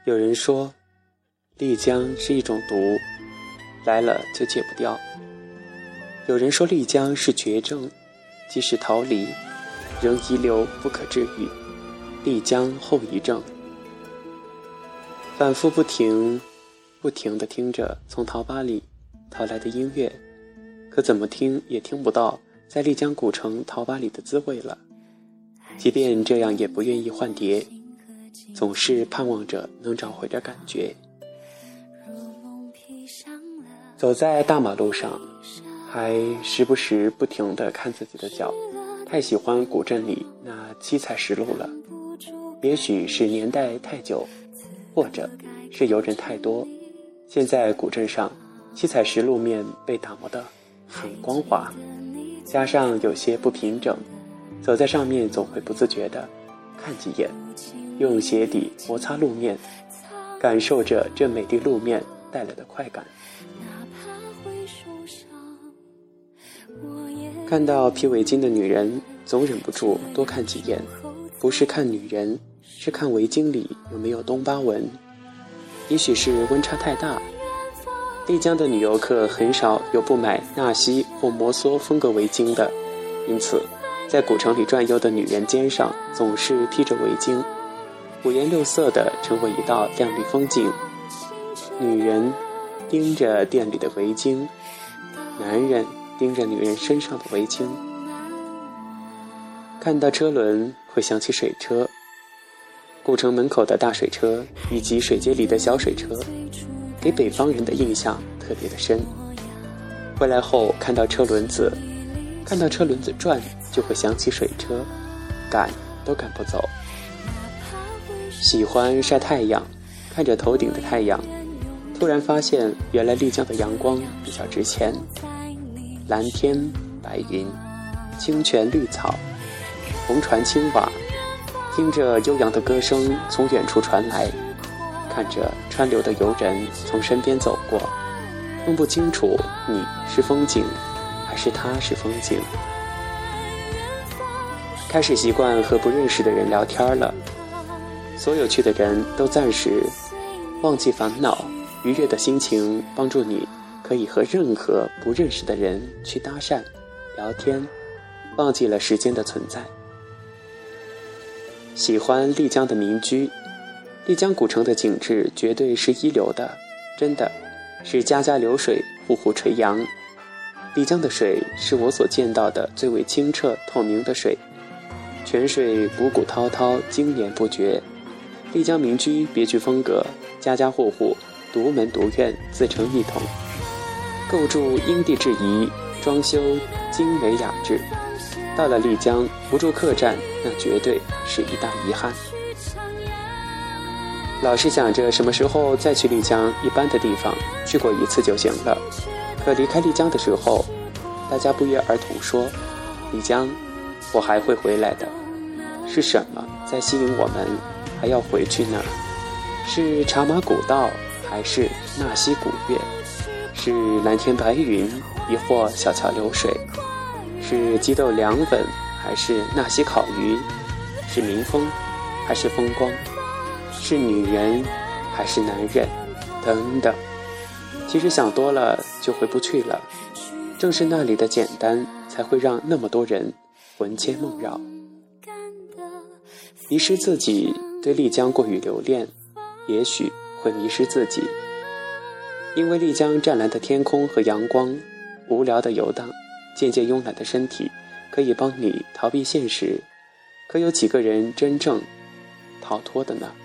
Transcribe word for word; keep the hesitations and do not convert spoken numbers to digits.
有人说丽江是一种毒，来了就戒不掉。有人说丽江是绝症，即使逃离仍遗留不可治愈，丽江后遗症。反复不停不停地听着从陶巴里淘来的音乐，可怎么听也听不到在丽江古城陶巴里的滋味了。即便这样也不愿意换碟，总是盼望着能找回点感觉。走在大马路上，还时不时不停地看自己的脚，太喜欢古镇里那七彩石路了。也许是年代太久，或者是游人太多，现在古镇上七彩石路面被打磨得很光滑，加上有些不平整，走在上面总会不自觉地看几眼，用鞋底摩擦路面，感受着这美丽路面带来的快感。看到披围巾的女人，总忍不住多看几眼，不是看女人，是看围巾里有没有东巴纹。也许是温差太大，丽江的女游客很少有不买纳西或摩梭风格围巾的，因此在古城里转悠的女人肩上总是披着围巾，五颜六色的成为一道亮丽风景。女人盯着店里的围巾，男人盯着女人身上的围巾。看到车轮会想起水车，古城门口的大水车以及水街里的小水车，给北方人的印象特别的深。回来后看到车轮子，看到车轮子转，就会想起水车，赶都赶不走。喜欢晒太阳，看着头顶的太阳，突然发现原来丽江的阳光比较值钱。蓝天白云，清泉绿草，红船青瓦，听着悠扬的歌声从远处传来，看着川流的游人从身边走过，弄不清楚你是风景还是他是风景。开始习惯和不认识的人聊天了，所有去的人都暂时忘记烦恼，愉悦的心情帮助你可以和任何不认识的人去搭讪聊天，忘记了时间的存在。喜欢丽江的民居，丽江古城的景致绝对是一流的，真的是家家流水，户户垂杨。丽江的水是我所见到的最为清澈透明的水，泉水汩汩滔滔，经年不绝。丽江民居别具风格，家家户户独门独院，自成一统，构筑因地制宜，装修精美雅致。到了丽江不住客栈，那绝对是一大遗憾。老是想着什么时候再去丽江一般的地方，去过一次就行了。可离开丽江的时候，大家不约而同说，丽江我还会回来的。是什么在吸引我们还要回去呢？是茶马古道，还是纳西古月？是蓝天白云，亦或小桥流水？是鸡豆凉粉，还是纳西烤鱼？是民风，还是风光？是女人，还是男人？等等。其实想多了就回不去了，正是那里的简单，才会让那么多人魂牵梦绕。迷失自己，对丽江过于留恋，也许会迷失自己。因为丽江湛蓝的天空和阳光，无聊的游荡，渐渐慵懒的身体，可以帮你逃避现实。可有几个人真正逃脱的呢？